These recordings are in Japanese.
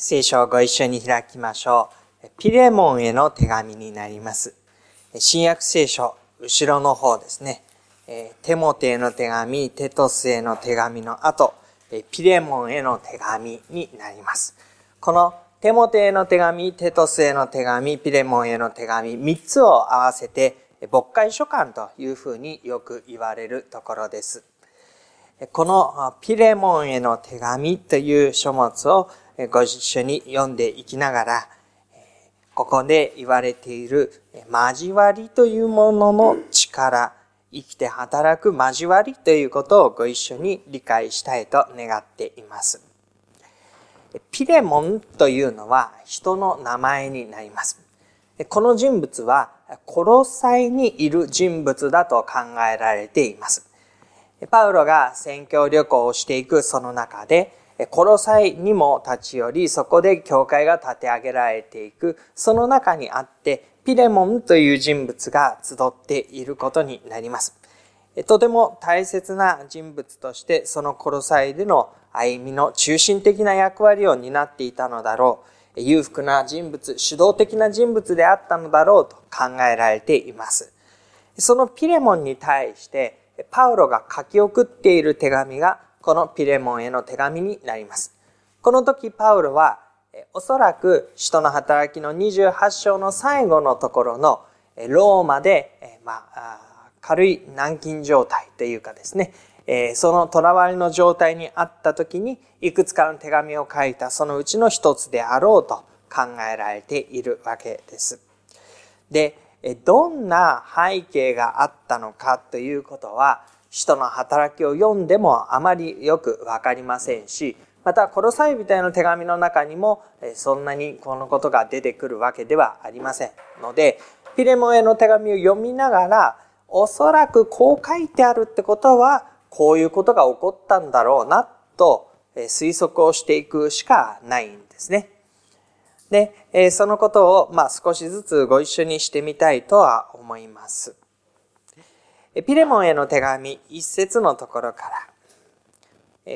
聖書をご一緒に開きましょう。ピレモンへの手紙になります。新約聖書、後ろの方ですね。テモテへの手紙、テトスへの手紙の後、ピレモンへの手紙になります。このテモテへの手紙、テトスへの手紙、ピレモンへの手紙、3つを合わせて、牧会書簡というふうによく言われるところです。このピレモンへの手紙という書物をご一緒に読んでいきながら、ここで言われている交わりというものの力、生きて働く交わりということをご一緒に理解したいと願っています。ピレモンというのは人の名前になります。この人物はコロサイにいる人物だと考えられています。パウロが宣教旅行をしていくその中で、コロサイにも立ち寄り、そこで教会が立て上げられていく、その中にあって、ピレモンという人物が集っていることになります。とても大切な人物として、そのコロサイでの歩みの中心的な役割を担っていたのだろう。裕福な人物、主導的な人物であったのだろうと考えられています。そのピレモンに対して、パウロが書き送っている手紙がこのピレモンへの手紙になります。この時パウロはおそらく使徒の働きの28章の最後のところのローマで軽い軟禁状態というかですね、その囚われの状態にあった時にいくつかの手紙を書いたそのうちの一つであろうと考えられているわけです。で、どんな背景があったのかということは、使徒の働きを読んでもあまりよくわかりませんし、またコロサイ人への手紙の中にもそんなにこのことが出てくるわけではありませんので、ピレモンへの手紙を読みながら、おそらくこう書いてあるってことは、こういうことが起こったんだろうなと推測をしていくしかないんですね。で、そのことを少しずつご一緒にしてみたいとは思います。ピレモンへの手紙一節のところから、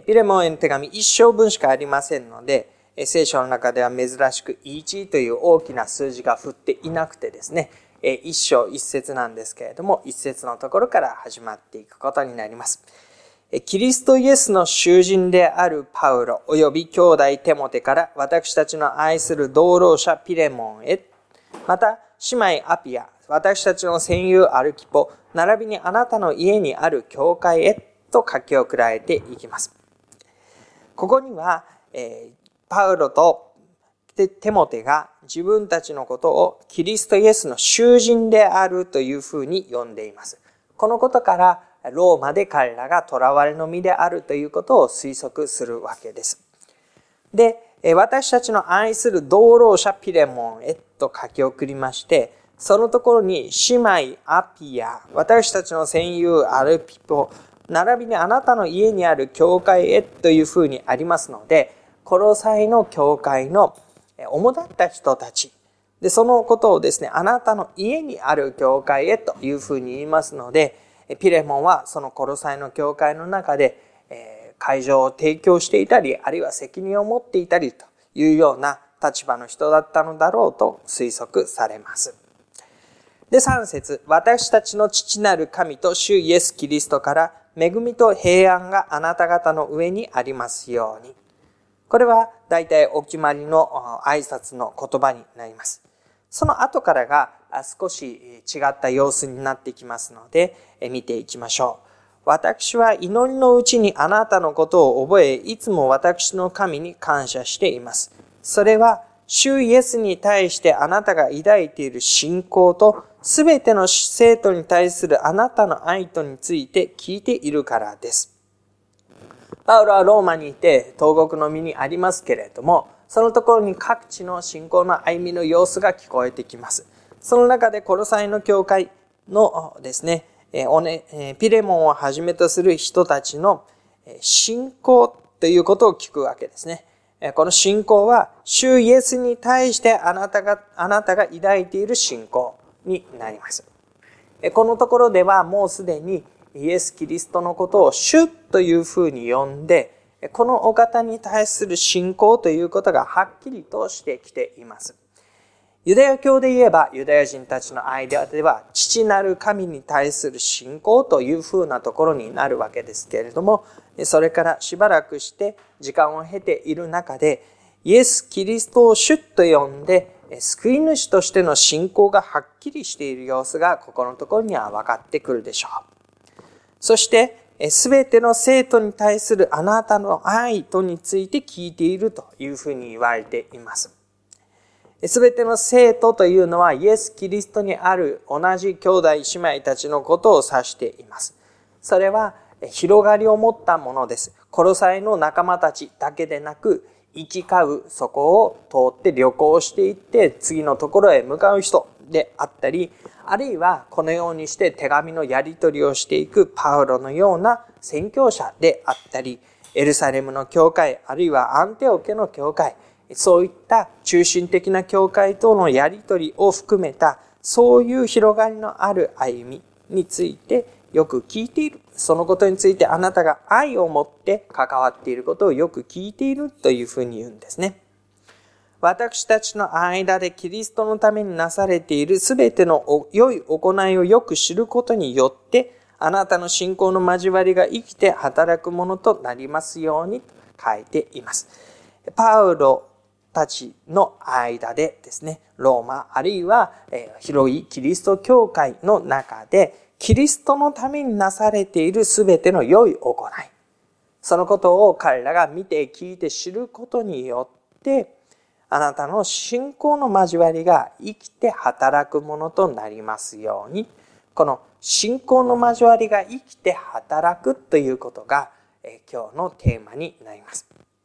ピレモンへの手紙一章分しかありませんので、聖書の中では珍しく1という大きな数字が振っていなくてですね、一章一節なんですけれども、一節のところから始まっていくことになります。キリストイエスの囚人であるパウロ及び兄弟テモテから私たちの愛する同労者ピレモンへ、また姉妹アピア、私たちの戦友アルキポ、並びにあなたの家にある教会へと書き送られていきます。ここには、パウロとテモテが自分たちのことをキリストイエスの囚人であるというふうに呼んでいます。このことからローマで彼らが囚われの身であるということを推測するわけです。で、私たちの愛する同労者ピレモンへと書き送りまして、そのところに姉妹アピア、私たちの戦友アルピポ、並びにあなたの家にある教会へというふうにありますので、コロサイの教会の主だった人たち、で、そのことをですね、あなたの家にある教会へというふうに言いますので、ピレモンはそのコロサイの教会の中で会場を提供していたり、あるいは責任を持っていたりというような立場の人だったのだろうと推測されます。で、3節、私たちの父なる神と主イエス・キリストから恵みと平安があなた方の上にありますように。これはだいたいお決まりの挨拶の言葉になります。その後からが少し違った様子になってきますので、見ていきましょう。私は祈りのうちにあなたのことを覚え、いつも私の神に感謝しています。それは、主イエスに対してあなたが抱いている信仰と、すべての生徒に対するあなたの愛とについて聞いているからです。パウロはローマにいて、投獄の身にありますけれども、そのところに各地の信仰の歩みの様子が聞こえてきます。その中でコロサイの教会のですね、ピレモンをはじめとする人たちの信仰ということを聞くわけですね。この信仰は主イエスに対してあなたが抱いている信仰になります。このところではもうすでにイエス・キリストのことを主というふうに呼んで、 このお方に対する信仰ということがはっきりとしてきています。ユダヤ教で言えば、ユダヤ人たちの間では、父なる神に対する信仰というふうなところになるわけですけれども、それからしばらくして時間を経ている中で、イエス・キリストを主と呼んで、救い主としての信仰がはっきりしている様子が、ここのところには分かってくるでしょう。そして、すべての生徒に対するあなたの愛とについて聞いているというふうに言われています。すべての生徒というのはイエス・キリストにある同じ兄弟姉妹たちのことを指しています。それは広がりを持ったものです。コロサイの仲間たちだけでなく、行き交うそこを通って旅行していって次のところへ向かう人であったり、あるいはこのようにして手紙のやり取りをしていくパウロのような宣教者であったり、エルサレムの教会、あるいはアンテオケの教会、そういった中心的な教会とのやり取りを含めた、そういう広がりのある歩みについてよく聞いている。そのことについてあなたが愛を持って関わっていることをよく聞いているというふうに言うんですね。私たちの間でキリストのためになされているすべての良い行いをよく知ることによって、あなたの信仰の交わりが生きて働くものとなりますようにと書いています。パウロたちの間でですね、ローマあるいは広いキリスト教会の中で、キリストのためになされているすべての良い行い、そのことを彼らが見て聞いて知ることによって、あなたの信仰の交わりが生きて働くものとなりますように。この信仰の交わりが生きて働くということが今日のテーマになります。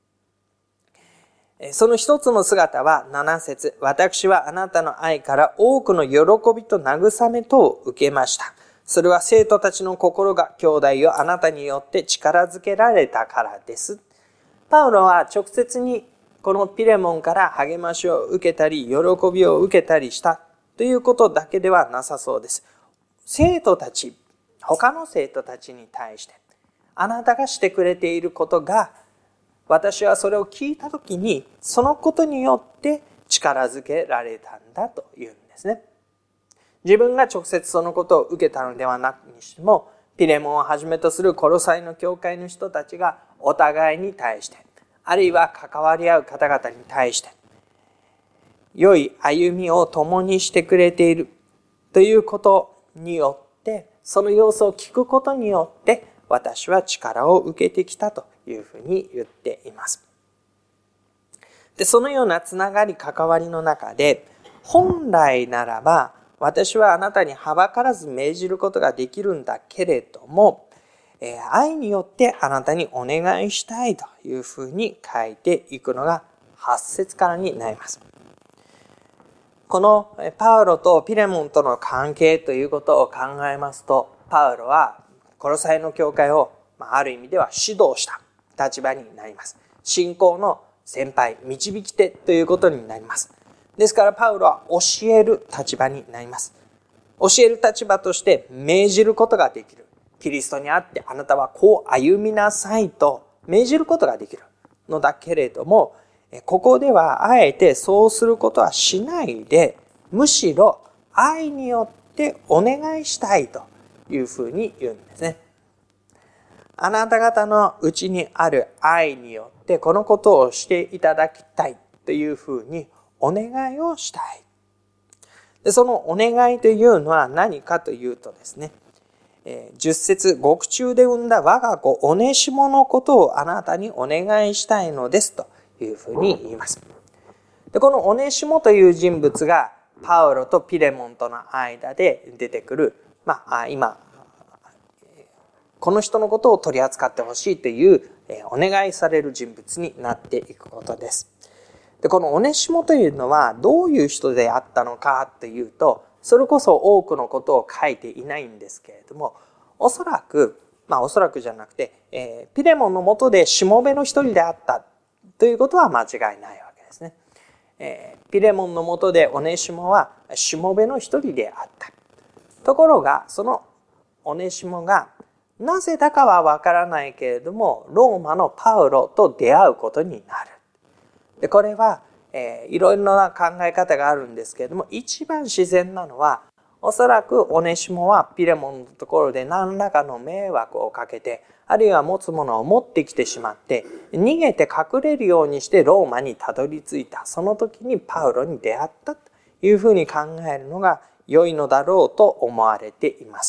その一つの姿は7節、私はあなたの愛から多くの喜びと慰めとを受けました。それは生徒たちの心が兄弟をあなたによって力づけられたからです。パウロは直接にこのピレモンから励ましを受けたり、喜びを受けたりしたということだけではなさそうです。生徒たち、他の生徒たちに対して、あなたがしてくれていることが、私はそれを聞いたときに、そのことによって力づけられたんだというんですね。自分が直接そのことを受けたのではなくにしても、ピレモンをはじめとするコロサイの教会の人たちがお互いに対して、あるいは関わり合う方々に対して、良い歩みを共にしてくれているということによって、その様子を聞くことによって、私は力を受けてきたというふうに言っています。で、そのようなつながり関わりの中で、本来ならば、私はあなたにはばからず命じることができるんだけれども、愛によってあなたにお願いしたいというふうに書いていくのが8節からになります。このパウロとピレモンとの関係ということを考えますと、パウロはコロサイの教会をある意味では指導した立場になります。信仰の先輩、導き手ということになります。ですからパウロは教える立場になります。教える立場として命じることができる。キリストにあってあなたはこう歩みなさいと命じることができるのだけれども、ここではあえてそうすることはしないで、むしろ愛によってお願いしたいというふうに言うんですね。あなた方のうちにある愛によってこのことをしていただきたいというふうにお願いをしたい。で、そのお願いというのは何かというとですね、10節、獄中で産んだ我が子オネシモのことをあなたにお願いしたいのですというふうに言います。で、このオネシモという人物がパウロとピレモンとの間で出てくる、今この人のことを取り扱ってほしいというお願いされる人物になっていくことです。で、このオネシモというのはどういう人であったのかというと、それこそ多くのことを書いていないんですけれども、おそらくじゃなくて、ピレモンの下でしもべの一人であったということは間違いないわけですね。ピレモンの下でオネシモはしもべの一人であった。ところが、そのオネシモがなぜだかはわからないけれども、ローマのパウロと出会うことになる。で、これは、いろいろな考え方があるんですけれども、一番自然なのは、おそらくオネシモはピレモンのところで何らかの迷惑をかけて、あるいは持つものを持ってきてしまって、逃げて隠れるようにしてローマにたどり着いた。その時にパウロに出会ったというふうに考えるのが良いのだろうと思われています。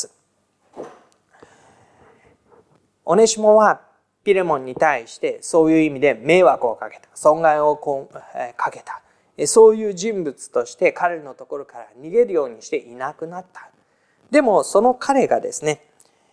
オネシモはピレモンに対してそういう意味で迷惑をかけた、損害をかけた、そういう人物として彼のところから逃げるようにしていなくなった。でもその彼がですね、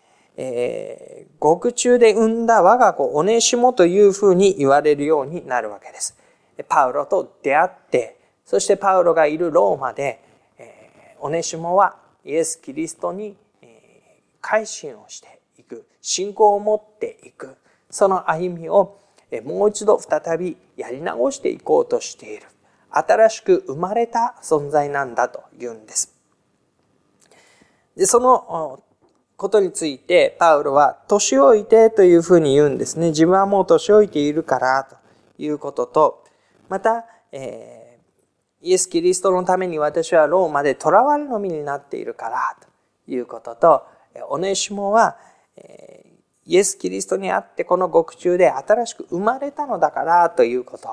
獄中で産んだ我が子オネシモというふうに言われるようになるわけです。パウロと出会って、そしてパウロがいるローマで、オネシモはイエス・キリストに改心をしていく、信仰を持っていく、その歩みをもう一度再びやり直していこうとしている。新しく生まれた存在なんだというんです。で、そのことについてパウロは年老いてというふうに言うんですね。自分はもう年老いているからということと、また、イエス・キリストのために私はローマで囚われの身になっているからということと、オネシモはイエス・キリストにあってこの獄中で新しく生まれたのだからということ、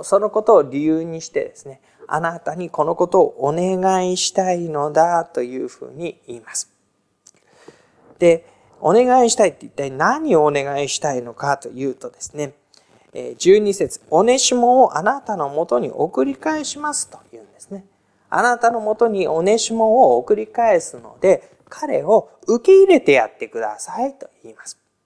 そのことを理由にしてですね、あなたにこのことをお願いしたいのだというふうに言います。で、お願いしたいって一体何をお願いしたいのかというとですね、12節、オネシモをあなたのもとに送り返しますと言うんですね。あなたのもとにオネシモを送り返すので、彼を受け入れてやってくださいと言います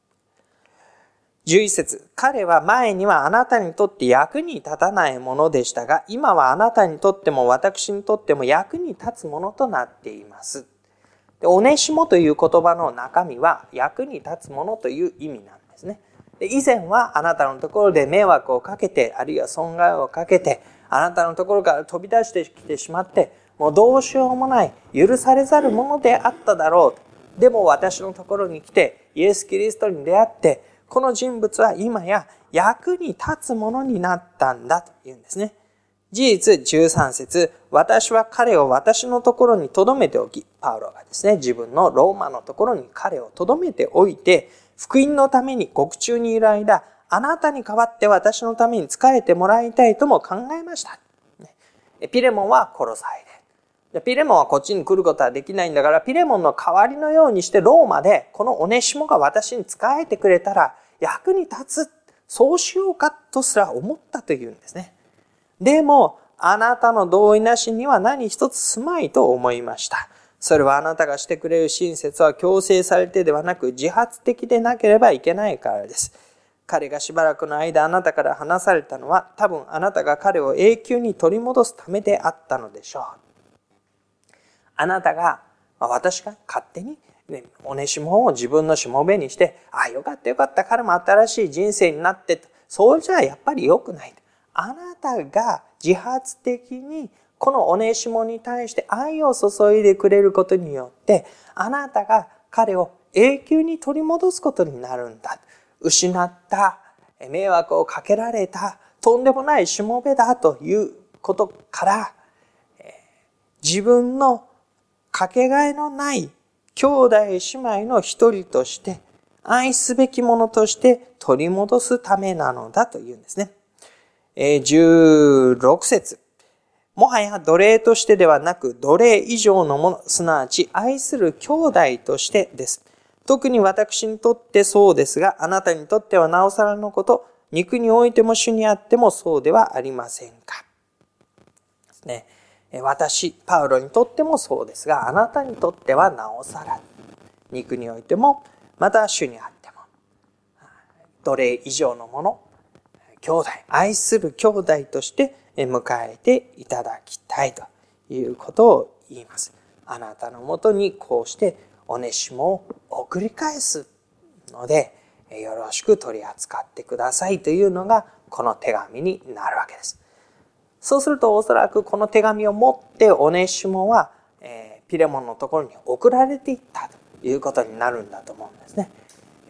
。11節、彼は前にはあなたにとって役に立たないものでしたが、今はあなたにとっても私にとっても役に立つものとなっています。で、オネシモという言葉の中身は役に立つものという意味なんですね。で、以前はあなたのところで迷惑をかけて、あるいは損害をかけて、あなたのところから飛び出してきてしまって、もうどうしようもない許されざるものであっただろう。でも私のところに来てイエス・キリストに出会って、この人物は今や役に立つものになったんだというんですね。事実13節、私は彼を私のところに留めておき、パウロがですね、自分のローマのところに彼を留めておいて、福音のために獄中にいる間、あなたに代わって私のために仕えてもらいたいとも考えました。ピレモンは殺されて、ピレモンはこっちに来ることはできないんだから、ピレモンの代わりのようにしてローマでこのオネシモが私に仕えてくれたら役に立つ、そうしようかとすら思ったというんですね。でもあなたの同意なしには何一つすまいと思いました。それはあなたがしてくれる親切は強制されてではなく自発的でなければいけないからです。彼がしばらくの間あなたから離されたのは多分あなたが彼を永久に取り戻すためであったのでしょう。あなたが、私が勝手にオネシモを自分のしもべにして、よかったよかった、彼も新しい人生になって、そうじゃやっぱり良くない。あなたが自発的にこのオネシモに対して愛を注いでくれることによって、あなたが彼を永久に取り戻すことになるんだ。失った、迷惑をかけられた、とんでもないしもべだということから、自分のかけがえのない兄弟姉妹の一人として、愛すべきものとして取り戻すためなのだというんですね。16節。もはや奴隷としてではなく奴隷以上のもの、すなわち愛する兄弟としてです。特に私にとってそうですが、あなたにとってはなおさらのこと、肉においても主にあってもそうではありませんか。ですね。私、パウロにとってもそうですが、あなたにとってはなおさら。肉においても、また主にあっても。奴隷以上のもの、兄弟、愛する兄弟として迎えていただきたいということを言います。あなたのもとにこうしてオネシモを送り返すので、よろしく取り扱ってくださいというのがこの手紙になるわけです。そうするとおそらくこの手紙を持ってオネシモはピレモンのところに送られていったということになるんだと思うんですね。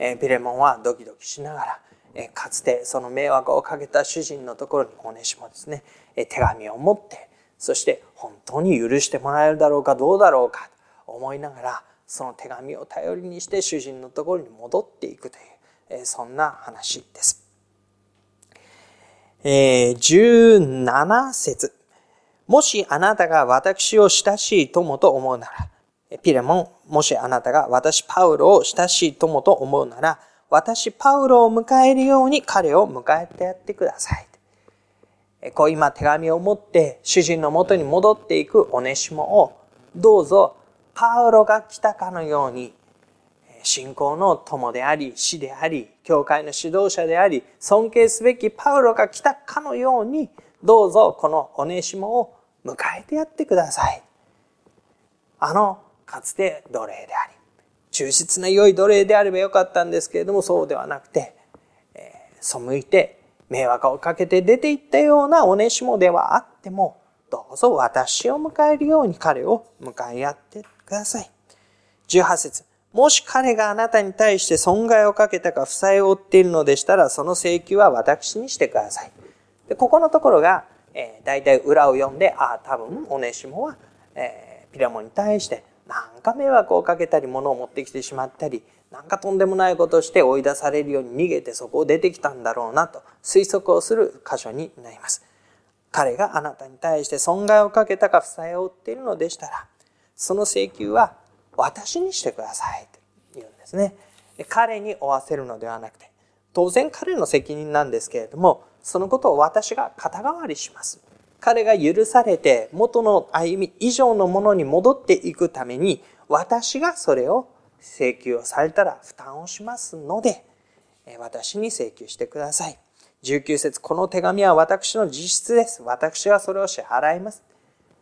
ピレモンはドキドキしながら、かつてその迷惑をかけた主人のところにオネシモですね、手紙を持って、そして本当に許してもらえるだろうかどうだろうかと思いながら、その手紙を頼りにして主人のところに戻っていくという、そんな話です。17節。もしあなたが私を親しい友と思うなら、ピレモン、もしあなたが私パウロを親しい友と思うなら、私パウロを迎えるように彼を迎えてやってください。こう今手紙を持って主人のもとに戻っていくオネシモを、どうぞパウロが来たかのように、信仰の友であり、師であり、教会の指導者であり、尊敬すべきパウロが来たかのように、どうぞこのオネシモを迎えてやってください。かつて奴隷であり、忠実な良い奴隷であればよかったんですけれども、そうではなくて、背いて迷惑をかけて出て行ったようなオネシモではあっても、どうぞ私を迎えるように彼を迎えやってください。18節。もし彼があなたに対して損害をかけたか負債を負っているのでしたら、その請求は私にしてください。で、ここのところが、だいたい裏を読んで、多分オネシモは、ピレモンに対してなんか迷惑をかけたり、物を持ってきてしまったり、なんかとんでもないことをして追い出されるように逃げてそこを出てきたんだろうなと推測をする箇所になります。彼があなたに対して損害をかけたか負債を負っているのでしたら、その請求は私にしてくださいと言うんですね。彼に負わせるのではなくて、当然彼の責任なんですけれども、そのことを私が肩代わりします。彼が許されて元の歩み以上のものに戻っていくために、私がそれを請求をされたら負担をしますので、私に請求してください。19節、この手紙は私の実質です。私はそれを支払います。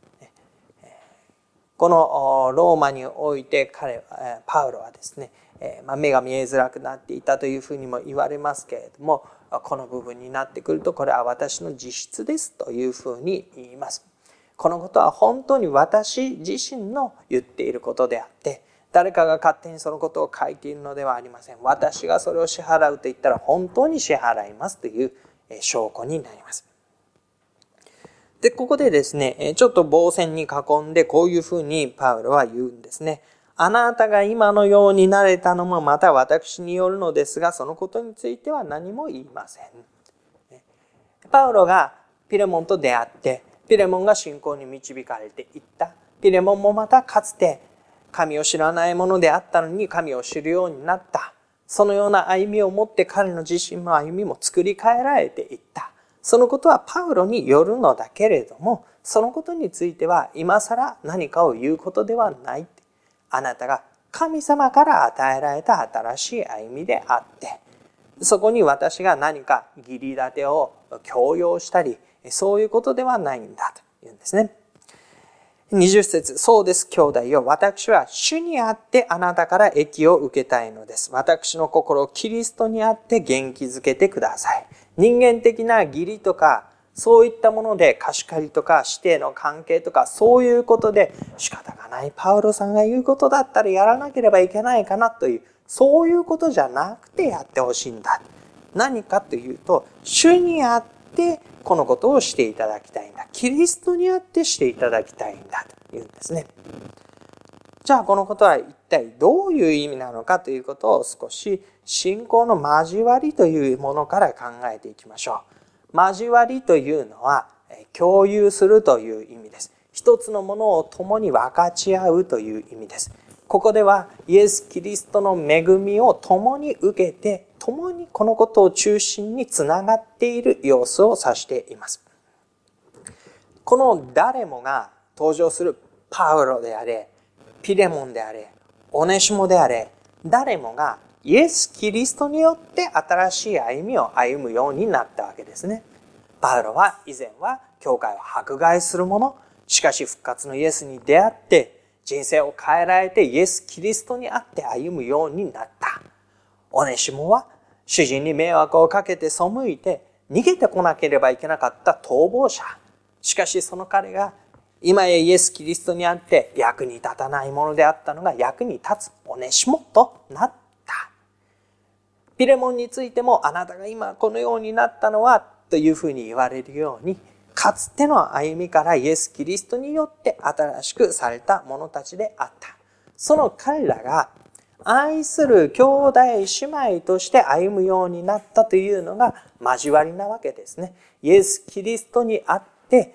このローマにおいてパウロはですね、目が見えづらくなっていたというふうにも言われますけれども、この部分になってくると、これは私の実質ですというふうに言います。このことは本当に私自身の言っていることであって、誰かが勝手にそのことを書いているのではありません。私がそれを支払うと言ったら本当に支払いますという証拠になります。で、ここでですね、ちょっと棒線に囲んでこういうふうにパウロは言うんですね。あなたが今のようになれたのもまた私によるのですが、そのことについては何も言いません。パウロがピレモンと出会って、ピレモンが信仰に導かれていった。ピレモンもまたかつて神を知らないものであったのに神を知るようになった。そのような歩みを持って彼の自身の歩みも作り変えられていった。そのことはパウロによるのだけれども、そのことについては今更何かを言うことではない。あなたが神様から与えられた新しい歩みであって、そこに私が何か義理立てを強要したり、そういうことではないんだと言うんですね。20節、そうです兄弟よ、私は主にあってあなたから益を受けたいのです。私の心をキリストにあって元気づけてください。人間的な義理とか、そういったもので貸し借りとか師弟の関係とか、そういうことで仕方がない、パウロさんが言うことだったらやらなければいけないかなという、そういうことじゃなくてやってほしいんだ。何かというと、主にあってこのことをしていただきたいんだ。キリストにあってしていただきたいんだというんですね。じゃあこのことは一体どういう意味なのかということを少し信仰の交わりというものから考えていきましょう。交わりというのは共有するという意味です。一つのものを共に分かち合うという意味です。ここではイエス・キリストの恵みを共に受けて、共にこのことを中心につながっている様子を指しています。この誰もが登場するパウロであれ、ピレモンであれ、オネシモであれ、誰もがイエス・キリストによって新しい歩みを歩むようになったわけですね。パウロは以前は教会を迫害する者、しかし復活のイエスに出会って人生を変えられてイエス・キリストにあって歩むようになった。オネシモは主人に迷惑をかけて背いて逃げてこなければいけなかった逃亡者。しかしその彼が今やイエス・キリストにあって役に立たないものであったのが役に立つオネシモとなった。 ピレモンについてもあなたが今このようになったのはというふうに言われるように、かつての歩みからイエス・キリストによって新しくされた者たちであった。その彼らが愛する兄弟姉妹として歩むようになったというのが交わりなわけですね。イエス・キリストにあって、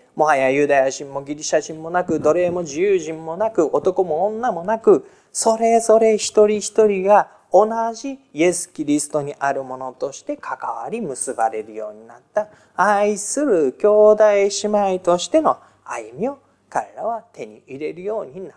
もはやユダヤ人もギリシャ人もなく、奴隷も自由人もなく、男も女もなく、それぞれ一人一人が同じイエス・キリストにあるものとして関わり結ばれるようになった、愛する兄弟姉妹としての歩みを彼らは手に入れるようになった。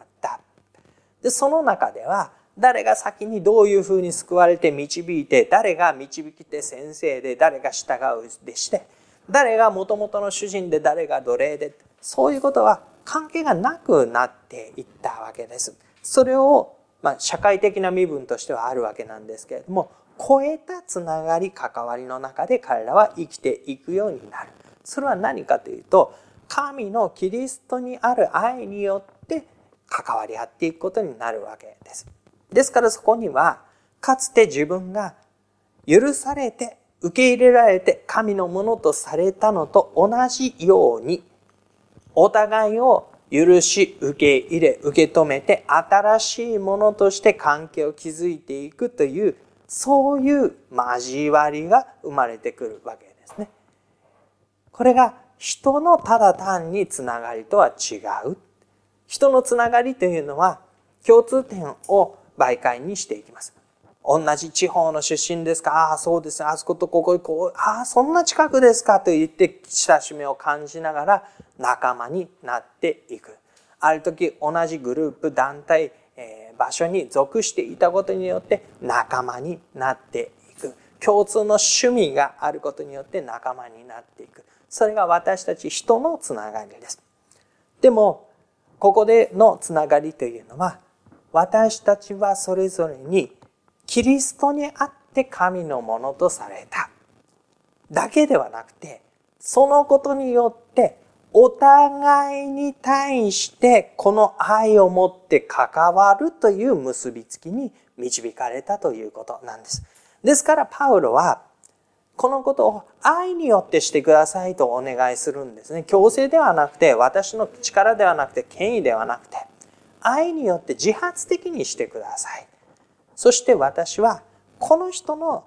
で、その中では誰が先にどういうふうに救われて導いて、誰が導き手先生で、誰が従うでして、誰が元々の主人で、誰が奴隷で、そういうことは関係がなくなっていったわけです。それを社会的な身分としてはあるわけなんですけれども、超えたつながり関わりの中で彼らは生きていくようになる。それは何かというと、神のキリストにある愛によって関わり合っていくことになるわけです。ですからそこには、かつて自分が許されて受け入れられて神のものとされたのと同じように、お互いを許し、受け入れ、受け止めて新しいものとして関係を築いていくという、そういう交わりが生まれてくるわけですね。これが人のただ単につながりとは違う。人のつながりというのは共通点を媒介にしていきます。同じ地方の出身ですか？ああ、そうですね。あそことここ、ああ、そんな近くですかと言って親しみを感じながら仲間になっていく。ある時同じグループ、団体、場所に属していたことによって仲間になっていく。共通の趣味があることによって仲間になっていく。それが私たち人のつながりです。でも、ここでのつながりというのは、私たちはそれぞれにキリストにあって神のものとされただけではなくて、そのことによってお互いに対してこの愛を持って関わるという結びつきに導かれたということなんです。ですからパウロはこのことを愛によってしてくださいとお願いするんですね。強制ではなくて、私の力ではなくて、権威ではなくて、愛によって自発的にしてください。そして私はこの人の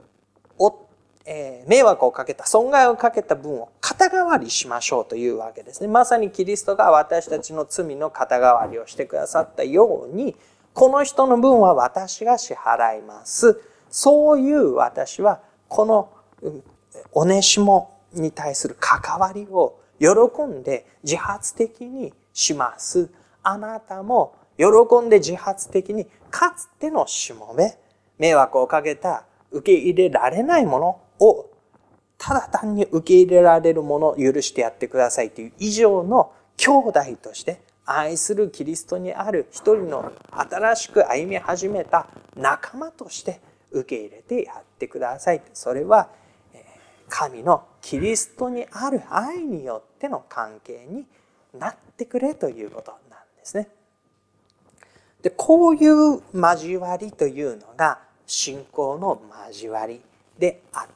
迷惑をかけた、損害をかけた分を肩代わりしましょうというわけですね。まさにキリストが私たちの罪の肩代わりをしてくださったように、この人の分は私が支払います。そういう私はこのオネシモに対する関わりを喜んで自発的にします。あなたも喜んで自発的に、かつてのしもべ、迷惑をかけた、受け入れられないものをただ単に受け入れられるものを許してやってくださいという以上の兄弟として愛するキリストにある一人の新しく歩み始めた仲間として受け入れてやってください。それは神のキリストにある愛によっての関係になってくれということなんですね。で、こういう交わりというのが信仰の交わりであって、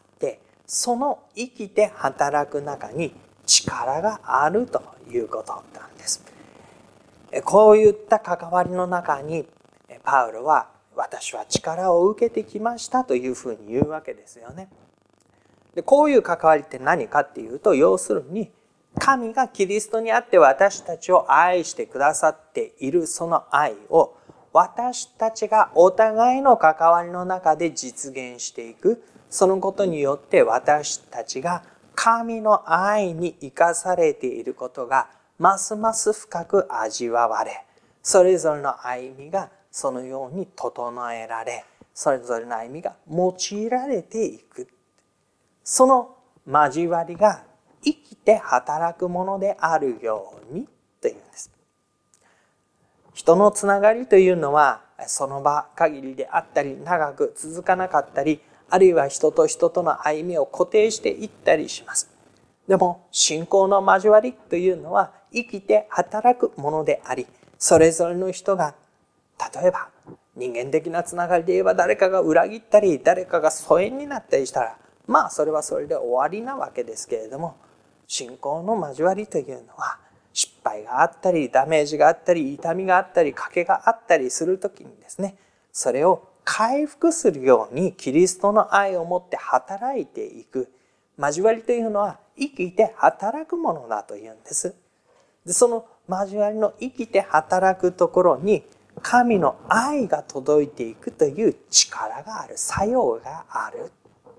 その生きて働く中に力があるということなんです。こういった関わりの中にパウロは、私は力を受けてきましたというふうに言うわけですよね。で、こういう関わりって何かっていうと、要するに神がキリストにあって私たちを愛してくださっているその愛を私たちがお互いの関わりの中で実現していく。そのことによって私たちが神の愛に生かされていることがますます深く味わわれ、それぞれの歩みがそのように整えられ、それぞれの歩みが用いられていく。その交わりが生きて働くものであるようにというんです。人のつながりというのはその場限りであったり、長く続かなかったり、あるいは人と人との歩みを固定していったりします。でも信仰の交わりというのは生きて働くものであり、それぞれの人が例えば人間的なつながりで言えば誰かが裏切ったり誰かが疎遠になったりしたらそれはそれで終わりなわけですけれども、信仰の交わりというのは失敗があったりダメージがあったり痛みがあったり賭けがあったりするときにですね、それを回復するようにキリストの愛を持って働いていく交わりというのは生きて働くものだというんです。でその交わりの生きて働くところに神の愛が届いていくという力がある、作用がある。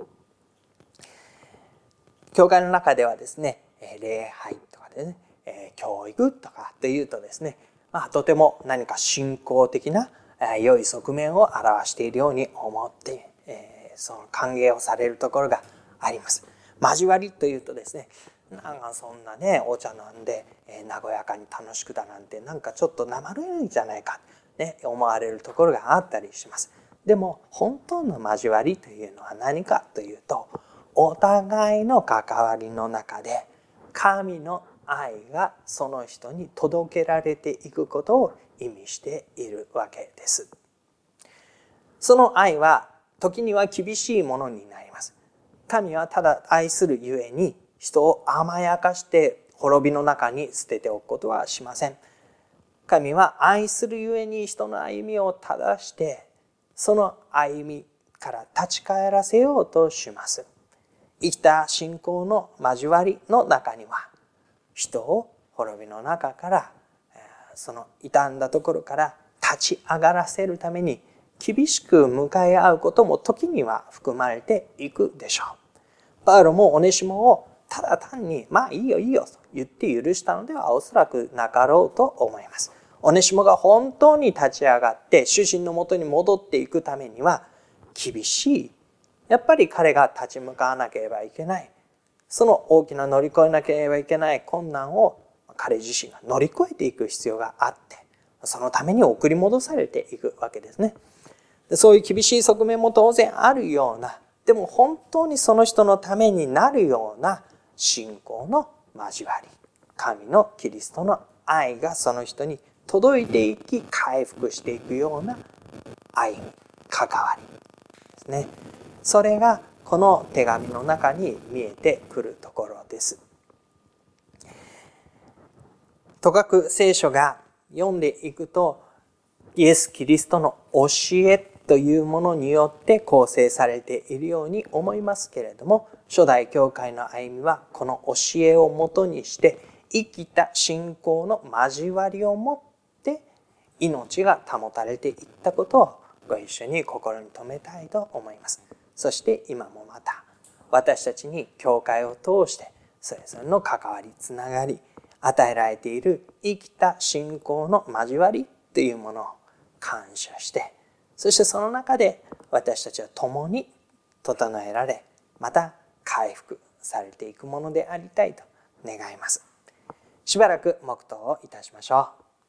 教会の中ではですね、礼拝とかでね、教育とかっていうとですね、とても何か信仰的な良い側面を表しているように思って、その歓迎をされるところがあります。交わりというとですね、そんなねお茶飲んで和やかに楽しくだなんてちょっと生ぬるいじゃないか、思われるところがあったりします。でも本当の交わりというのは何かというと、お互いの関わりの中で神の愛がその人に届けられていくことを意味しているわけです。その愛は時には厳しいものになります。神はただ愛するゆえに人を甘やかして滅びの中に捨てておくことはしません。神は愛するゆえに人の歩みを正して、その歩みから立ち返らせようとします。生きた信仰の交わりの中には、人を滅びの中から、その傷んだところから立ち上がらせるために厳しく向かい合うことも時には含まれていくでしょう。パウロもオネシモをただ単にいいよいいよと言って許したのではおそらくなかろうと思います。オネシモが本当に立ち上がって主人のもとに戻っていくためには厳しい、やっぱり彼が立ち向かわなければいけない、その大きな乗り越えなければいけない困難を彼自身が乗り越えていく必要があって、そのために送り戻されていくわけですね。そういう厳しい側面も当然あるような、でも本当にその人のためになるような信仰の交わり、神のキリストの愛がその人に届いていき回復していくような愛、関わりですね。それがこの手紙の中に見えてくるところです。とかく聖書が読んでいくと、イエス・キリストの教えというものによって構成されているように思いますけれども、初代教会の歩みはこの教えをもとにして生きた信仰の交わりをもって命が保たれていったことをご一緒に心に留めたいと思います。そして今もまた私たちに教会を通してそれぞれの関わりつながり与えられている生きた信仰の交わりというものを感謝して、そしてその中で私たちは共に整えられ、また回復されていくものでありたいと願います。しばらく黙祷をいたしましょう。